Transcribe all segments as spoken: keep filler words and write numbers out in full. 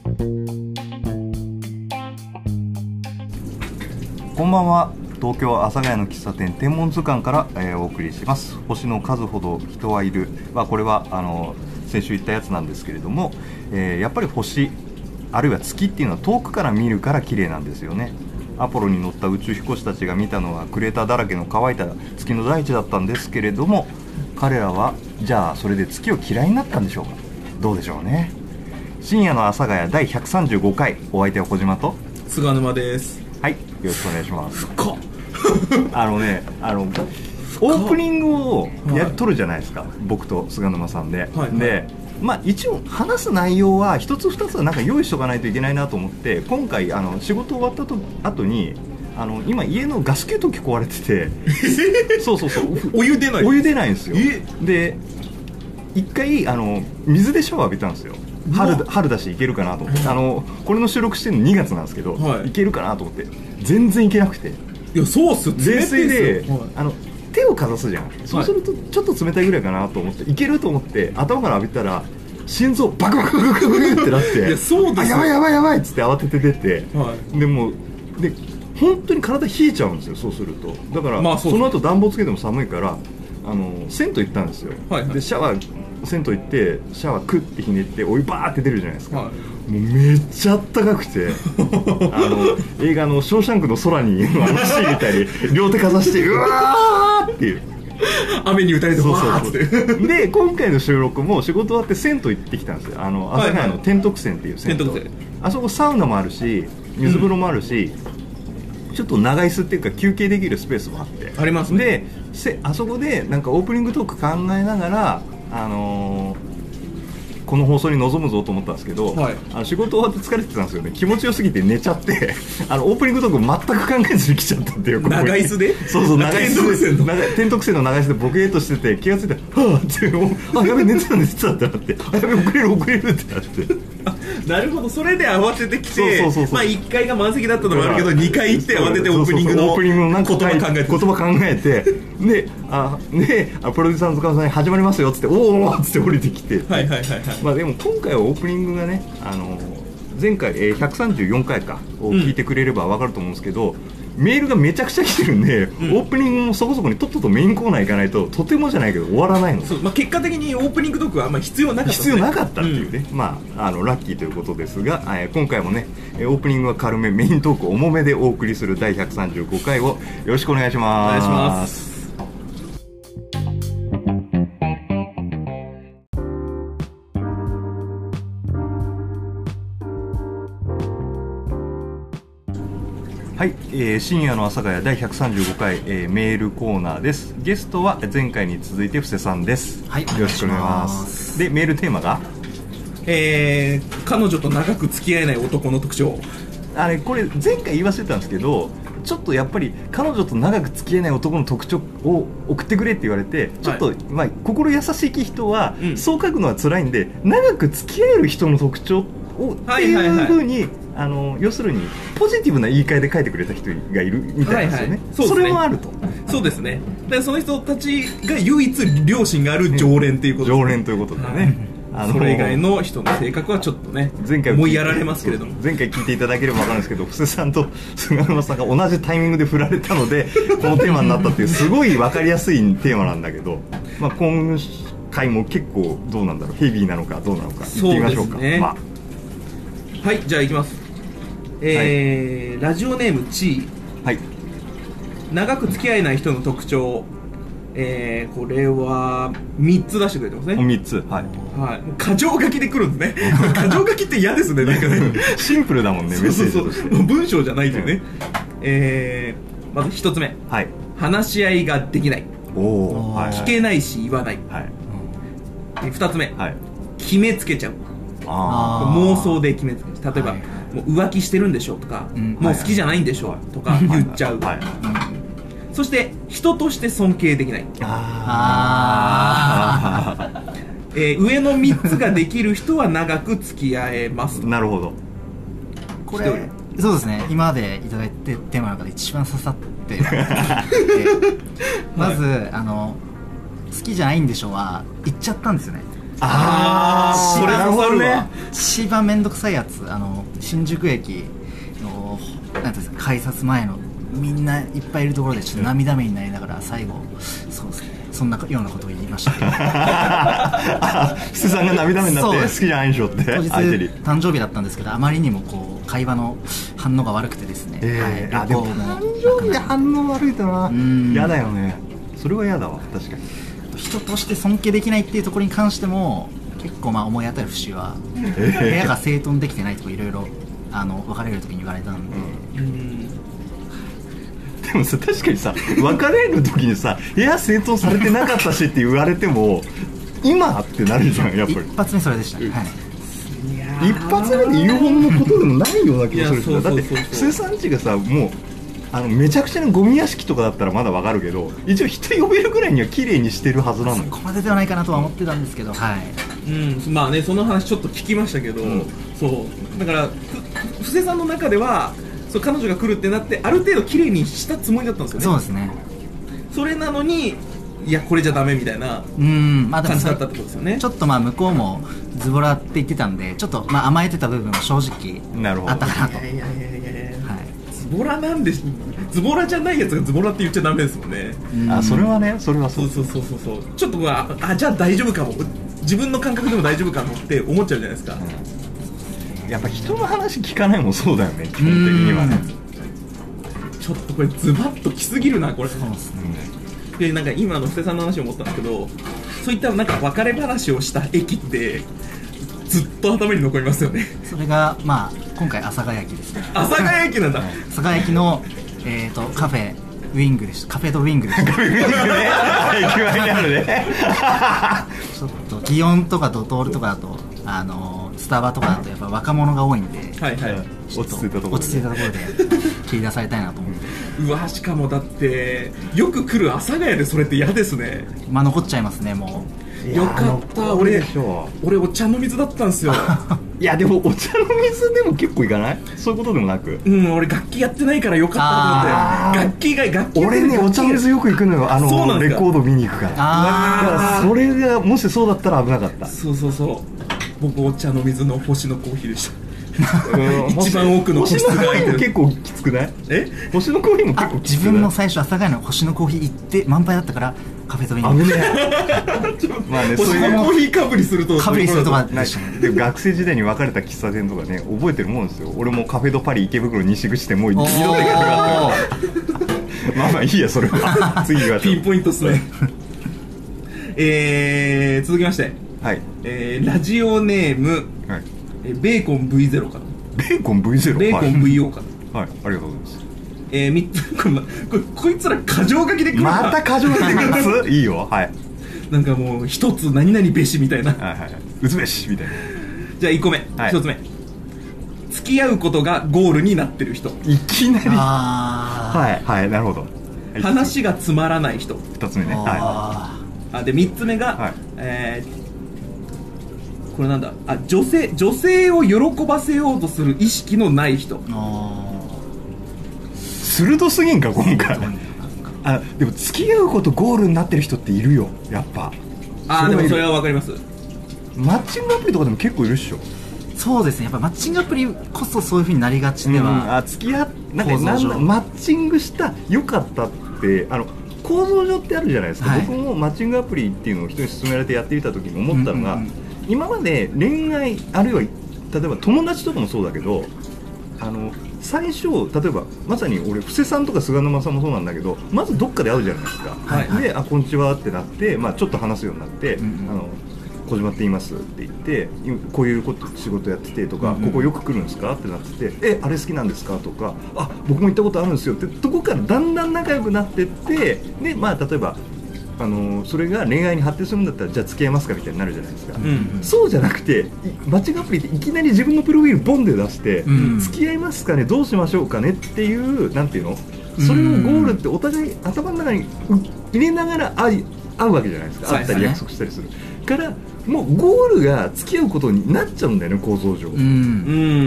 こんばんは。東京阿佐ヶ谷の喫茶店天文図鑑から、えー、お送りします。星の数ほど人はいる、まあ、これはあの先週言ったやつなんですけれども、えー、やっぱり星あるいは月っていうのは遠くから見るから綺麗なんですよね。アポロに乗った宇宙飛行士たちが見たのはクレーターだらけの乾いた月の大地だったんですけれども、彼らはじゃあそれで月を嫌いになったんでしょうか。どうでしょうね。深夜の阿佐ヶ谷だいひゃくさんじゅうごかい、お相手は小島と菅沼です。 はい、よろしくお願いします。 深っあのね、あのオープニングをやっとるじゃないですか、はい、僕と菅沼さんで、はいはい、で、まあ、一応話す内容は一つ二つはなんか用意しとかないといけないなと思って、今回あの仕事終わったと後にあの今家のガス給湯器壊れててそうそうそう、 お湯出ないお湯出ないんですよ。で一回あの水でシャワー浴びたんですよ。春, 春だしいけるかなと思って、あのこれの収録してるのにがつなんですけど、はい、いけるかなと思って全然いけなくて、 いやそうっす、 冷水で、はい、あの手をかざすじゃん、はい、そうするとちょっと冷たいぐらいかなと思っていけると思って頭から浴びたら心臓バクバクバクバクってなっていやそうです、あやばいやばいやばいっつって慌てて出て、はい、でもで本当に体冷えちゃうんですよ。そうするとだから、まあ、そ, その後暖房つけても寒いからあの銭湯行ったんですよ、はいはい、でシャワー銭湯行ってシャワークッてひねってお湯バーって出るじゃないですか、はい、もうめっちゃあったかくてあの映画のショーシャンクの空にあのシーンみたいに両手かざしてうわーっていう雨に打たれてわーってで今回の収録も仕事終わって銭湯行ってきたんですよ。あの阿佐ヶ谷の天徳泉っていう銭湯、はいはい、あそこサウナもあるし水風呂もあるし、うん、ちょっと長椅子っていうか休憩できるスペースもあってありますね。 でせあそこでなんかオープニングトーク考えながらあのー、この放送に臨むぞと思ったんですけど、はい、あの仕事終わって疲れてたんですよね。気持ちよすぎて寝ちゃってあのオープニングトーク全く考えずに来ちゃったっていう。 長椅子でそうそう長椅子で天徳線の長椅子でボケーっとしてて気がついてはぁってあやべ寝てた寝てたってなってあやべ遅れる遅れるってなってなるほど、それで慌ててきて、そうそうそうそう、まあいっかいが満席だったのもあるけどにかい行って慌ててオープニングの言葉考えて言葉考えてであであプロデューサーの塚本さんに始まりますよっつっておーっつって降りてきて、はいはいはいはい、まあでも今回はオープニングがねあの前回、えー、ひゃくさんじゅうよんかいかを聞いてくれれば分かると思うんですけど、うん、メールがめちゃくちゃ来てるんで、うん、オープニングもそこそこにとっととメインコーナー行かないととてもじゃないけど終わらないの。 そう、まあ、結果的にオープニングトークはあんまり必要なかった、ね、 必要なかったっていうね、うん、まあ、あのラッキーということですが、えー、今回もねオープニングは軽めメイントーク重めでお送りするだいひゃくさんじゅうごかいをよろしくお願いします。お願いします。はい、えー、深夜の阿佐ヶ谷だいひゃくさんじゅうごかい、えー、メールコーナーです。ゲストは前回に続いて布施さんです。 はい、 よろしくお願いします。でメールテーマが、 えー、彼女と長く付き合えない男の特徴。 あれこれ前回言い忘れたんですけど、ちょっとやっぱり彼女と長く付き合えない男の特徴を送ってくれって言われて、ちょっと、はい、まあ、心優しい人は、うん、そう書くのは辛いんで長く付き合える人の特徴をっていう風に、はいはいはい、あの要するにポジティブな言い換えで書いてくれた人がいるみたいなんですよね、はいはい、 そうですね。それもあると。 そうですね。だからその人たちが唯一良心がある常連ということですね、 常連ということでね、 あのそれ以外の人の性格はちょっとね前回思いやられますけれども、 前回聞いていただければ分かるんですけど布施さんと菅沼さんが同じタイミングで振られたのでこのテーマになったっていうすごい分かりやすいテーマなんだけど、まあ、今回も結構どうなんだろう、ヘビーなのかどうなのか言ってみましょうか。 そうですね、まあ、はい、じゃあいきます。えーはい、ラジオネームちー、はい、長く付き合えない人の特徴、えー、これはみっつ出してくれてますね。 みっつ、はい、 はい、箇条書きで来るんですね箇条書きって嫌ですね、なんかねシンプルだもんね、メッセージとして。 もう文章じゃないというね、うん、えー、まずひとつめ、はい、話し合いができない。お、はい、聞けないし言わない、はい、ふたつめ、はい、決めつけちゃう。あ妄想で決めつけちゃう。例えば、はい、もう浮気してるんでしょうとか、うん、もう好きじゃないんでしょう、はい、とか言っちゃう、はいはいはい、うん、そして人として尊敬できない。ああえー、上のみっつができる人は長く付き合えますなるほど。 これそうですね、今までいただいてテーマの中で一番刺さってまず、はい、あの好きじゃないんでしょうは言っちゃったんですよね。 ああ、それ刺さるわ。 一番面倒くさいやつ、あの新宿駅のなんていうんですか、改札前のみんないっぱいいるところでちょっと涙目になりながら最後、そうですね、そんなようなことを言いましたけど布施さんが涙目になって好きじゃないんでしょって当日誕生日だったんですけど、あまりにもこう会話の反応が悪くてですね、 えーはい、 あでも誕生日で反応悪いとな嫌だよね。それは嫌だわ。確かに人として尊敬できないっていうところに関しても結構まあ思い当たる節は、 えー、 部屋が整頓できてないとかいろいろ別れる時に言われたんで、うん、 でもさ、確かにさ、別れる時にさ部屋整頓されてなかったしって言われても今ってなるじゃん、やっぱり。 一発目それでしたね、はい、 一発目で言うほどのことでもないような気がするんですよ。だって布施さんちがさ、もうあのめちゃくちゃなゴミ屋敷とかだったらまだわかるけど、一応人呼べるぐらいには綺麗にしてるはずなのよ。 そこまでではないかなとは思ってたんですけど、はい、 うん、まあね、その話ちょっと聞きましたけど、うん、そうだから布施さんの中ではそう彼女が来るってなってある程度綺麗にしたつもりだったんですよね。 そうですね。 それなのにいやこれじゃダメみたいな感じだったってことですよね。 ちょっとまあ向こうもズボラって言ってたんで、ちょっとまあ甘えてた部分も正直あったかなと。 いやいやいやいや、はい、ズボラなんで、ズボラじゃないやつがズボラって言っちゃダメですもんね。 あ、それはね、それはそうそうそうそうそう、ちょっとああじゃあ大丈夫かも、自分の感覚でも大丈夫かもって思っちゃうじゃないですか。 うん、やっぱ人の話聞かないもそうだよね、基本的にはね。 ちょっとこれズバッときすぎるなこれ。 そうですね。 でなんか今の布施さんの話を思ったんですけど、そういったなんか別れ話をした駅ってずっと頭に残りますよね。 それがまあ今回阿佐ヶ谷駅ですね。 阿佐ヶ谷駅なんだ。 阿佐ヶ谷駅の、えー、とカフェウィングでした。カフェドウィングでした。 カフェウィングね。駅前にあるね。 ちょっと祇園とかドトールとかだとあのスタバとかだとやっぱ若者が多いんで、 はいはい、 落ち着いたところで落ち着いたところで切り出されたいなと思って。 うわ、しかもだってよく来る阿佐ヶ谷でそれって嫌ですね。 まあ残っちゃいますね。もうよかった。俺俺お茶の水だったんですよ。 いやでもお茶の水でも結構いかない？そういうことでもなく、 うん、俺楽器やってないからよかったと思って。楽器以外楽器俺ねお茶の水よく行くのよ。あのレコード見に行くから。あだからそれがもしそうだったら危なかった。 そうそうそう、僕お茶の水の星のコーヒーでした。一番奥の個室が空いてる。 結構きつくない？え？星のコーヒーも結構きつくない？ 自分も最初阿佐ヶ谷の星のコーヒー行って満杯だったからカフェドウィング。 危ねえ。まあね、 星のコーヒーかぶりするとかぶりするとかでしたね。 でも学生時代に別れた喫茶店とかね覚えてるもんですよ。俺もカフェドパリ池袋西口でもう二度と行かなかった。まあまあいいやそれは。次はピンポイントっすね。えー、続きまして、はい、えー、ラジオネーム、はい、えー、ベーコン ブイゼロ かな。 ベーコン ブイゼロ？ ベーコン ブイオー かな。はい、ありがとうございます。 えー、みこれこれこいつら過剰書きでくるな。 また過剰書きでくるやついいよ。はい。 なんかもう一つ何々べしみたいな。 はいはい。うつべしみたいな。 じゃあいっこめ、はい、ひとつめ、付き合うことがゴールになってる人。 いきなり。 あはいはい、なるほど。 はい、話がつまらない人。 ふたつめね。はい。あでみっつめが、はい、えー、これなんだ、あ女性女性を喜ばせようとする意識のない人。 あ鋭すぎんか今回。あでも付き合うことゴールになってる人っているよやっぱ。 あでもそれは分かります。 マッチングアプリとかでも結構いるっしょ。 そうですね、やっぱマッチングアプリこそそういう風になりがちでは、 うん、あ付き合なんかなんマッチングした良かったってあの構造上ってあるじゃないですか、はい、僕もマッチングアプリっていうのを人に勧められてやってみた時に思ったのが、うんうんうん、今まで恋愛あるいは例えば友達とかもそうだけどあの最初例えばまさに俺布施さんとか菅沼さんもそうなんだけどまずどっかで会うじゃないですか、はいはい、であこんにちはってなって、まあ、ちょっと話すようになって、うんうん、あの小島って言いますって言ってこういうこと仕事やっててとか、うんうん、ここよく来るんですかってなっててえあれ好きなんですかとかあ僕も行ったことあるんですよってとこからだんだん仲良くなってってでまあ例えばあのそれが恋愛に発展するんだったらじゃあ付き合いますかみたいになるじゃないですか、うんうん、そうじゃなくてマッチングアプリっていきなり自分のプロフィールボンで出して、うん、付き合いますかねどうしましょうかねっていうなんていうのそれをゴールってお互い頭の中に入れながら会うわけじゃないですか、会ったり約束したりするからもうゴールが付き合うことになっちゃうんだよね構造上。うん、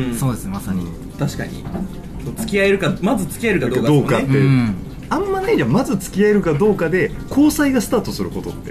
うん、そうですまさに、 うん、確かに付き合えるかまず付き合えるかどうかどうかって、うん、あんまないじゃんまず付き合えるかどうかで交際がスタートすることって。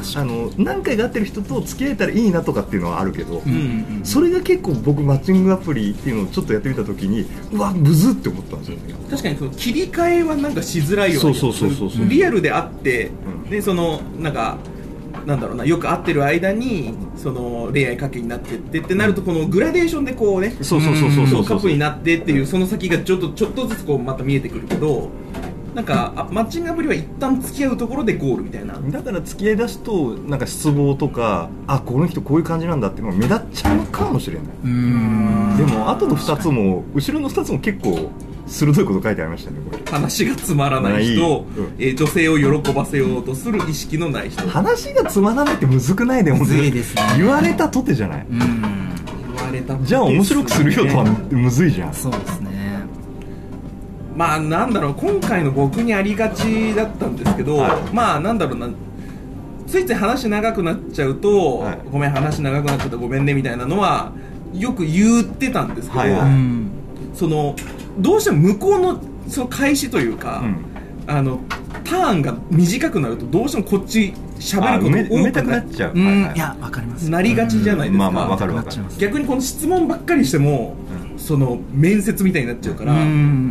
あの何回か会ってる人と付き合えたらいいなとかっていうのはあるけど、うんうんうん、それが結構僕マッチングアプリっていうのをちょっとやってみたときにうわむずって思ったんですよね。 確かにその切り替えはなんかしづらいよね。そうそうそうそう、リアルで会って、うん、でそのなんかなんだろうな、よく会ってる間にその恋愛関係になってってってなると、このグラデーションでこうね、 そうそうそうそうそうカップルになってっていうその先がちょっとちょっとずつこうまた見えてくるけど、なんかマッチングアプリは一旦付き合うところでゴールみたいな。 だから付き合いだすとなんか失望とか、あこの人こういう感じなんだっていうのが目立っちゃうのかもしれない。うーん、でも後のふたつも後ろのふたつも結構鋭いこと書いてありましたね。これ話がつまらない人、うん、えー、女性を喜ばせようとする意識のない人。 話がつまらないってむずくない？でもむずいですね。 言われたとてじゃない。うん、 言われたとて、 じゃあ面白くするよとはむずいじゃん。 そうですね。 まあなんだろう、今回の僕にありがちだったんですけど、はい、まあなんだろうな、ついつい話長くなっちゃうと、はい、ごめん話長くなっちゃったごめんねみたいなのはよく言ってたんですけど、はいはい、そのどうしても向こうのその開始というか、うん、あのターンが短くなるとどうしてもこっち喋ること多くなっちゃう。 うん、いやわかります。 なりがちじゃないですか。 まあまあわかるわかる。 逆にこの質問ばっかりしても、うん、その面接みたいになっちゃうから、うん、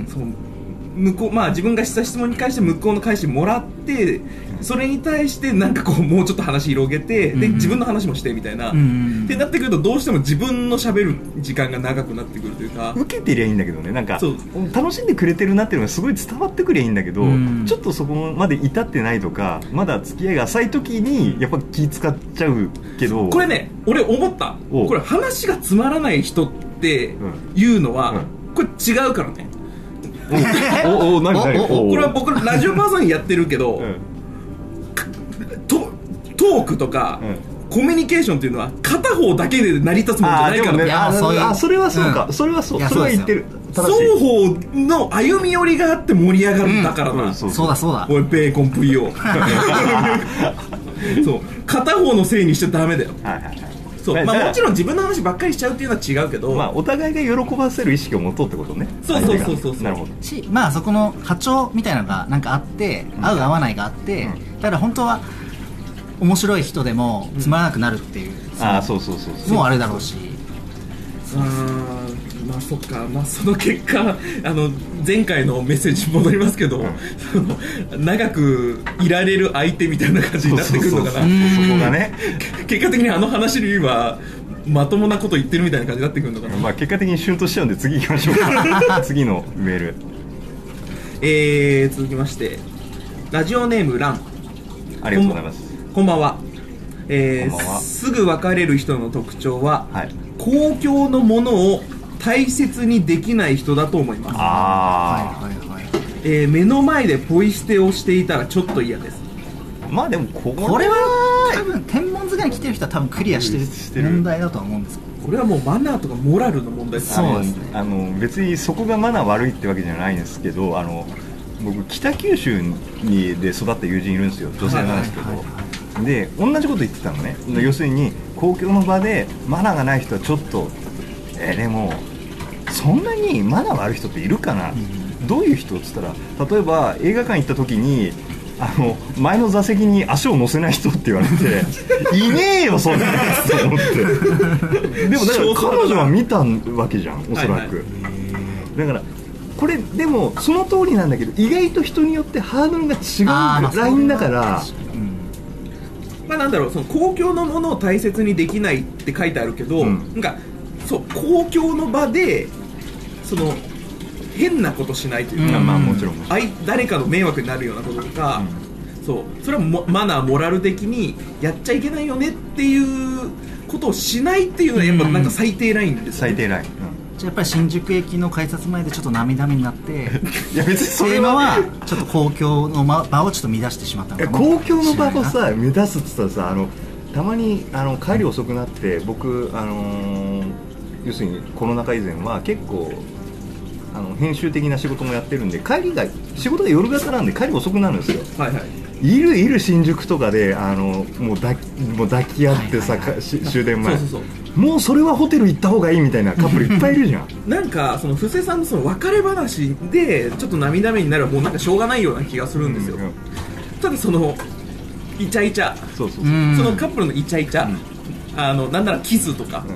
その向こう、まあ、自分がした質問に関して向こうの返しもらって、それに対してなんかこうもうちょっと話広げて、で自分の話もしてみたいな、うん、ってなってくるとどうしても自分の喋る時間が長くなってくるというか、 受けてりゃいいんだけどね、なんか楽しんでくれてるなっていうのがすごい伝わってくりゃいいんだけど、うん、ちょっとそこまで至ってないとか、まだ付き合いが浅い時にやっぱ気使っちゃうけど、 これね俺思った、これ話がつまらない人っていうのは、うんうん、これ違うからね。 おお何何これは僕ラジオパーソンやってるけど、うん、ト, トークとか、うん、コミュニケーションっていうのは片方だけで成り立つものじゃないからね。 あ、そういう、あ、それはそうか、うん、それはそう、それは言ってる。 双方の歩み寄りがあって盛り上がるんだからな、うん、 そうそうだそうだ、 おいベーコンプイオそう片方のせいにしちゃダメだよ。はいはいはい、そう、まあ、もちろん自分の話ばっかりしちゃうっていうのは違うけど、 まあ、お互いが喜ばせる意識を持とうってことね。 そうそうそうそう、 なるほど。 し、まあそこの波長みたいなのがなんかあって、うん、合う合わないがあって、うん、だから本当は面白い人でもつまらなくなるっていう、 うん、ああそうそうそうそう、 もうあれだろうし、 あー、まあそっか、まあその結果、あの前回のメッセージに戻りますけど、うん、その長くいられる相手みたいな感じになってくるのかな。そこがね結果的にあの話にはまともなこと言ってるみたいな感じになってくるのかな。 まあ結果的にシュンとしちゃうんで次行きましょうか次のメール、 えー、続きましてラジオネームラン、 ありがとうございます。 こんばんは。えー、こんばんは。すぐ別れる人の特徴は、はい、公共のものを大切にできない人だと思います。あ、はいはいはい、えー、目の前でポイ捨てをしていたらちょっと嫌です。 まあでもこれは、 これは多分天文図鑑に来てる人は多分クリアしてる問題だとは思うんですけど、 これはもうマナーとかモラルの問題です。 そうですね。 あの別にそこがマナー悪いってわけじゃないんですけど、あの僕北九州にで育った友人いるんですよ、女性なんですけど、はいはいはい、で同じこと言ってたのね、うん、要するに公共の場でマナーがない人はちょっと、えー、でもそんなにマナー悪い人っているかな、うん、どういう人って言ったら、例えば映画館行った時にあの前の座席に足を乗せない人って言われていねえよそんなやつと思ってでもだから彼女は見たわけじゃん、おそらく、はいはい、だからこれでもその通りなんだけど、意外と人によってハードルが違うラインだから、 まあなんだろう、その公共のものを大切にできないって書いてあるけど、うん、なんかそう公共の場でその変なことしないというか、うん、まあもちろん誰かの迷惑になるようなこととか、うん、そうそれはもマナーモラル的にやっちゃいけないよねっていうことをしないっていうのはやっぱなんか最低ラインですよね、 最低ライン、うん、 じゃあやっぱり新宿駅の改札前でちょっと涙目になっていや別にそれははちょっと公共の場をちょっと乱してしまったのかも。 公共の場をさ乱すって言ったらさ、あのたまにあの帰り遅くなって僕、あのー、要するにコロナ禍以前は結構あの編集的な仕事もやってるんで、帰りが仕事が夜型なんで帰り遅くなるんですよ、はいはい、いるいる新宿とかであのもう抱き、もう抱き合ってさ、はいはいはい、終電前、そうそうそう、もうそれはホテル行った方がいいみたいなカップルいっぱいいるじゃんなんかその布施さんのその別れ話でちょっと涙目になる、もうなんかしょうがないような気がするんですよ、うんうん、ただそのイチャイチャ、 そうそうそう、 そのカップルのイチャイチャ、うん、あのなんならキスとか、うん、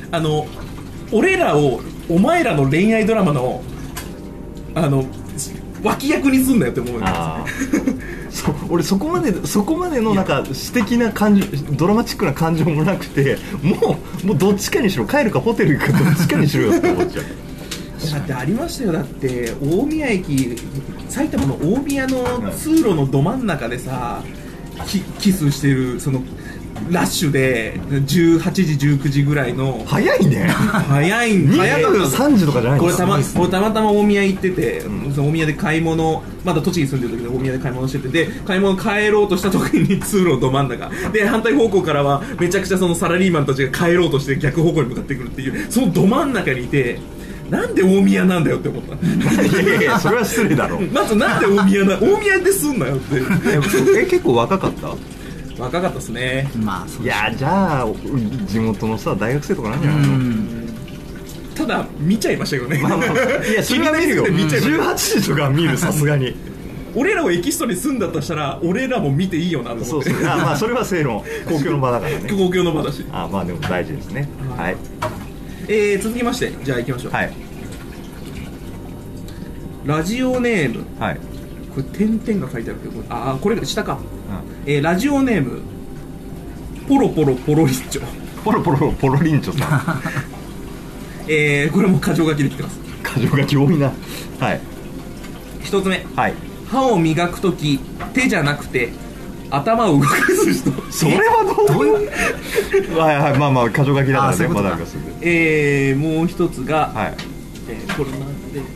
あの俺らをお前らの恋愛ドラマのあの脇役にすんなよって思うんですそ俺そこまでそこまでのなんか私的な感情、ドラマチックな感情もなくて、もうもうどっちかにしろ、帰るかホテル行くかどっちかにしろよって思っちゃうだってありましたよ。だって大宮駅、埼玉の大宮の通路のど真ん中でさ、キ, キスしてるそのラッシュでじゅうはちじじゅうくじぐらいの、 早いね早い早かった。 さんじとかじゃないんですか。 これたま、これたまたま大宮行ってて、うん、その大宮で買い物、まだ栃木住んでる時で大宮で買い物してて、で買い物帰ろうとした時に通路のど真ん中で、反対方向からはめちゃくちゃそのサラリーマンたちが帰ろうとして逆方向に向かってくるっていう、そのど真ん中にいて、なんで大宮なんだよって思ったいやいやいや、それは失礼だろまずなんで大宮な大宮ですんなよってえ、結構若かった？ 若かったですね。 まあ、 いや、じゃあ地元のさ大学生とかなんじゃないの？ ただ見ちゃいましたけどね。まあまあ、 いや、それは見るよ。じゅうはちじとか見る、さすがに俺らをエキストラに住んだとしたら俺らも見ていいよなと思って。 そうそう、あ、まあそれは正論、公共の場だからね公共の場だし、 あ、まあでも大事ですね。はい、 えー、続きましてじゃあ行きましょう。 はい、 ラジオネーム、 はい、 これ点々が書いてあるけど、あ、これ下か、うん、えー、ラジオネームポロポロポロリンチョポロポロポロリンチョさんえー、これも箇条書きできてます。 箇条書き多いな。はい、 一つ目、 はい、 歯を磨くとき手じゃなくて頭を動かす人。 それはどういうはいはい、まあまあ箇条書きだからね、まだあります。 えー、もう一つが、はい、えー、これなんで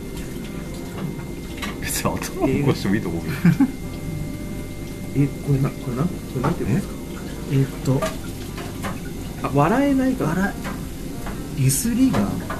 別に頭を動かしてもいいと思うけどえー、これな、これなん、これなんて言うんですか。 えー、っとあ、笑えないか、 笑ゆすりが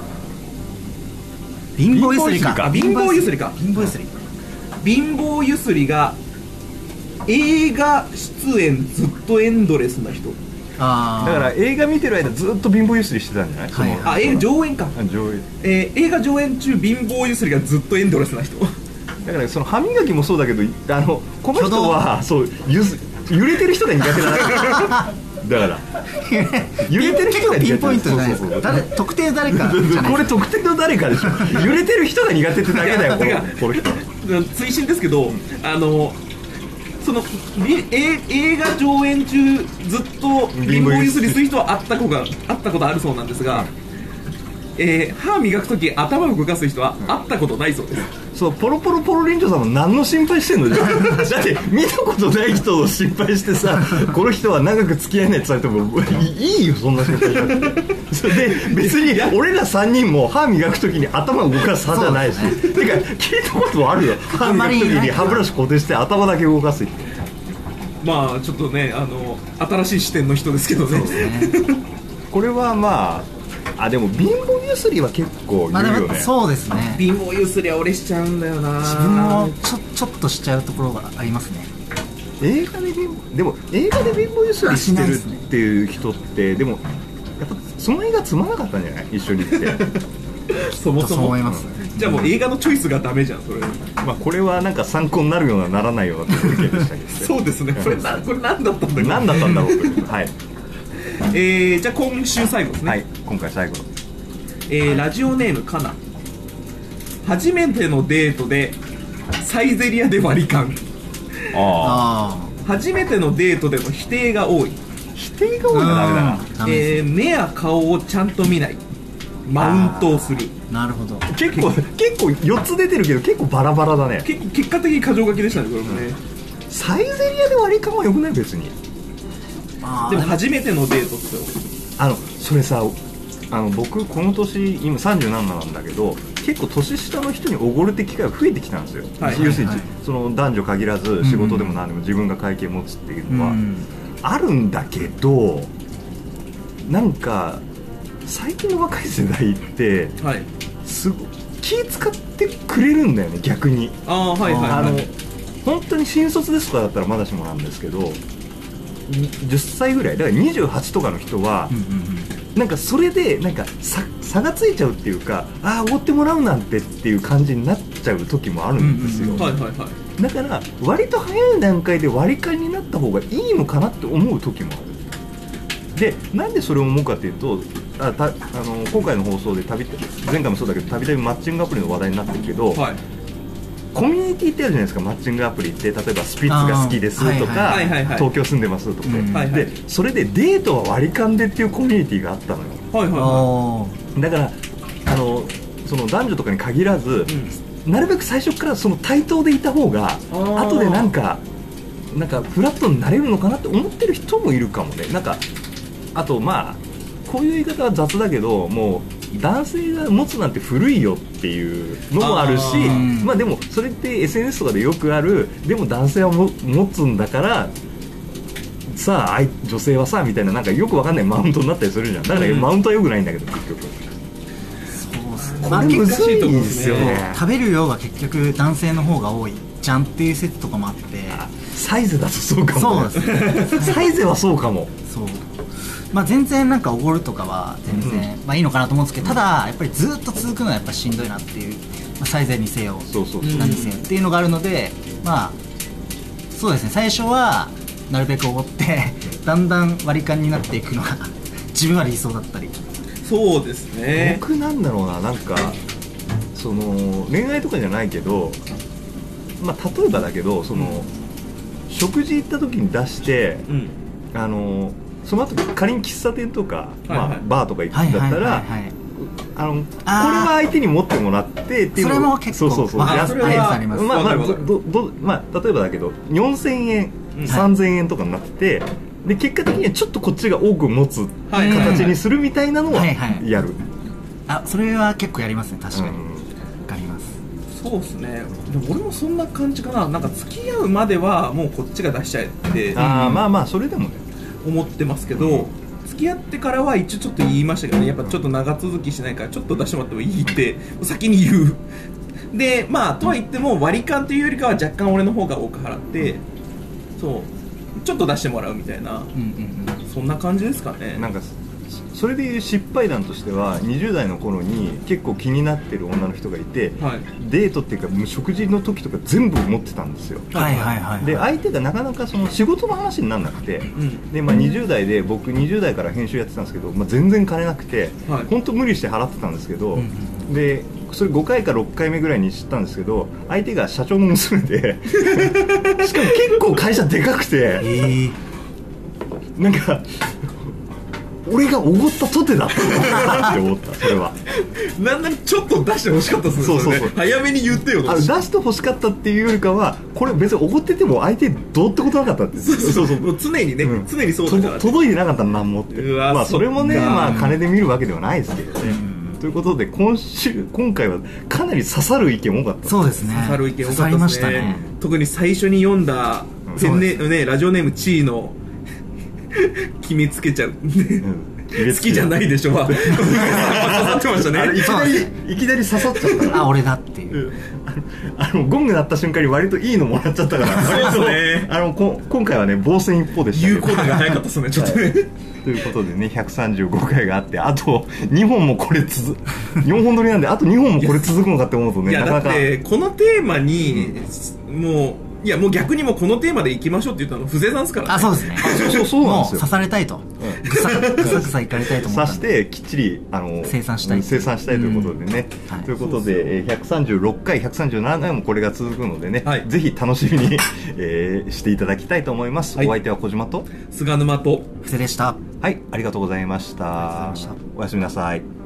貧乏ゆすりか、 貧乏ゆすりか、 貧乏ゆすり貧乏ゆすりが映画出演ずっとエンドレスな人。 あ、 だから映画見てる間ずっと貧乏ゆすりしてたんじゃない？ はい、あ、映画上演か、 上演、 えー、映画上演中貧乏ゆすりがずっとエンドレスな人。 だからその歯磨きもそうだけど、あのこの人はそうゆす揺れてる人が苦手だなだから揺れてる人が苦手。 ピンポイントじゃないですか。誰、特定誰かじゃない。 これ特定の誰かでしょ揺れてる人が苦手ってだけだよこのこの人。 追伸ですけど、あのそのえ映画上演中ずっと貧乏ゆすりする人は会ったことが会ったことあるそうなんですが、えー、歯磨くとき頭を動かす人は会ったことないそうです。 そう、ポロポロポロリンチョさんも何の心配してんのじゃんだって見たことない人を心配してさこの人は長く付き合えないって言われてもいいよ、そんな心配しなくて。それで別に俺らさんにんも歯磨くときに頭を動かす歯じゃないし、ね、てか聞いたことあるよ、歯磨くときに歯ブラシ固定して頭だけ動かすって。 まあちょっとね、あの新しい視点の人ですけどね。 これはまああ、でも貧乏ゆすりは結構言うよね。まあ、 そうですね。 貧乏ゆすりは俺しちゃうんだよな。 自分もちょちょっとしちゃうところがありますね。 映画で貧乏、でも映画で貧乏ゆすりしてるっていう人ってでもやっぱその映画つまんなかったんじゃない？一緒に行ってそもそも思います、 うん、じゃあもう映画のチョイスがダメじゃんそれ。 まあこれはなんか参考になるようなならないようなところでしたけどそうですね。これなこれ何だったんだろう。 何だったんだろうというはい。 えー、じゃあ今週最後ですね。 はい、今回最後の、 えー、ラジオネームかな。初めてのデートでサイゼリヤで割り勘。 ああ、初めてのデートでの否定が多い。 否定が多いのはダメだな。 えー、目や顔をちゃんと見ない、マウントをする。 なるほど。 結構結構よっつ出てるけど結構バラバラだね。 結構結果的に箇条書きでしたねこれもね、 うん、サイゼリヤで割り勘はよくない別に。 でも初めてのデートってあのそれさ、あの僕この年今さんじゅうなななんだけど結構年下の人におごるって機会が増えてきたんですよ、はい、要するに、はい、その男女限らず仕事でも何でも自分が会計持つっていうのはあるんだけど、なんか最近の若い世代って、はい、すご気使ってくれるんだよね逆に。 あ、はいはいはい、 あの本当に新卒ですとかだったらまだしもなんですけどじゅっさいぐらいだからにじゅうはちとかの人は、うんうんうん、なんかそれでなんか差差がついちゃうっていうか、ああおごってもらうなんてっていう感じになっちゃう時もあるんですよ。 だから割と早い段階で割り勘になった方がいいのかなって思う時もある。でなんでそれを思うかというと、あたあの今回の放送でたび前回もそうだけどたびたびマッチングアプリの話題になってるけど、はい、コミュニティってあるじゃないですか。マッチングアプリって例えばスピッツが好きですとか、東京住んでますとか、うん、でそれでデートは割り勘でっていうコミュニティがあったのよ、はいはいはい、だからあのその男女とかに限らず、うん、なるべく最初からその対等でいた方が後でなんかなんかフラットになれるのかなって思ってる人もいるかもね。なんかあとまあこういう言い方は雑だけど、もう男性が持つなんて古いよっていうのもあるし、あ、まあでもそれって エスエヌエス とかでよくある、でも男性はも持つんだからさあ女性はさみたいな、なんかよくわかんないマウントになったりするじゃん。だからマウントはよくないんだけど、結局そうですね、これ難しいと思うんですよね。 食べる量が結局男性の方が多いじゃんっていう説とかもあって、 サイズだとそうかも、そうですねサイズはそうかも。そう、 まあ、全然なんかおごるとかは全然、うん、まあいいのかなと思うんですけど、ただやっぱりずっと続くのはやっぱしんどいなっていう、まあ、サイゼにせよ何にせよっていうのがあるので、まあそうですね、最初はなるべくおごってだんだん割り勘になっていくのが自分は理想だったり。 そうですね。 僕なんだろうな、なんかその恋愛とかじゃないけど、まあ例えばだけどその、うん、食事行った時に出して、うん、あのその後仮に喫茶店とか、はいはい、まあ、バーとか行くんだったら、あのこれは相手に持ってもらってっていうのを、 それも結構そうそうそう、 まあ、 それはあります。まあまあどどまあ例えばだけどよんせんえん、うん、さんぜんえんとかになってて、で結果的にはちょっとこっちが多く持つ形にするみたいなのはやる。 あ、それは結構やりますね、確かに。わ、うん、かります。 そうですね。でも俺もそんな感じかな。なんか付き合うまではもうこっちが出しちゃえって、 あ、まあまあそれでもね思ってますけど、うん、付き合ってからは一応ちょっと言いましたけどね、やっぱちょっと長続きしないからちょっと出してもらってもいいって先に言う。でまあとは言っても割り勘というよりかは若干俺の方が多く払って、そうちょっと出してもらうみたいな、うんうんうん、そんな感じですかね。 なんかそれでいう失敗談としてはにじゅう代の頃に結構気になってる女の人がいて、はい、デートっていうか食事の時とか全部持ってたんですよ。はいはいはいはい、で相手がなかなかその仕事の話にならなくて、うん、で、まあ、にじゅう代で僕にじゅう代から編集やってたんですけど、まあ、全然金なくて、はい、本当無理して払ってたんですけど、うん、でそれごかいかろっかいめぐらいに知ったんですけど、相手が社長の娘でしかも結構会社でかくて、えー、なんか俺がおごったとてだったんだって思った。それはなんならちょっと出してほしかったですね。そうそうそう、早めに言ってよ。 あ、出してほしかったっていうよりかは、これ別におごってても相手どうってことなかったって。 そうそうそう、もう常にね、うん、常にそうだから、ね、 届いてなかったら何もって。まあそれもね、まあ金で見るわけではないですけどね、うん、ということで今週今回はかなり刺さる意見多かった。 そうですね、 刺さる意見多かったですね。ね、特に最初に読んだ、うん、ねね、ラジオネームチーの決めつけちゃう、うん、好きじゃないでしょは刺さってましたね。 いきなりいきなり刺さっちゃったから、 あ、俺だっていう、 うん、あのゴング鳴った瞬間に割といいのもらっちゃったからそうですね、あのこ今回はね防戦一方でしたけど、 有効度が早かったですねちょっとね、はい、 ということでねひゃくさんじゅうごかいがあって、あとにほんもこれ続よんほん撮りなんであとにほんもこれ続くのかって思うとね、 いやなかなか、 だってこのテーマに、うん、もういやもう逆にもうこのテーマでいきましょうって言ったの藤井さんですからね。 あ、そうですね。 そうそうそうなんですよ。 もう刺されたいと、うん、ぐさぐさぐさいかれたいと思ったんで、 刺してきっちりあの生産したい生産したいということでね、うん、はい、ということでひゃくさんじゅうろっかいひゃくさんじゅうななかいもこれが続くのでね、はい、ぜひ楽しみに、えー、していただきたいと思います、はい、お相手は小島と菅沼と布施でした。 はい、ありがとうございました。おやすみなさい。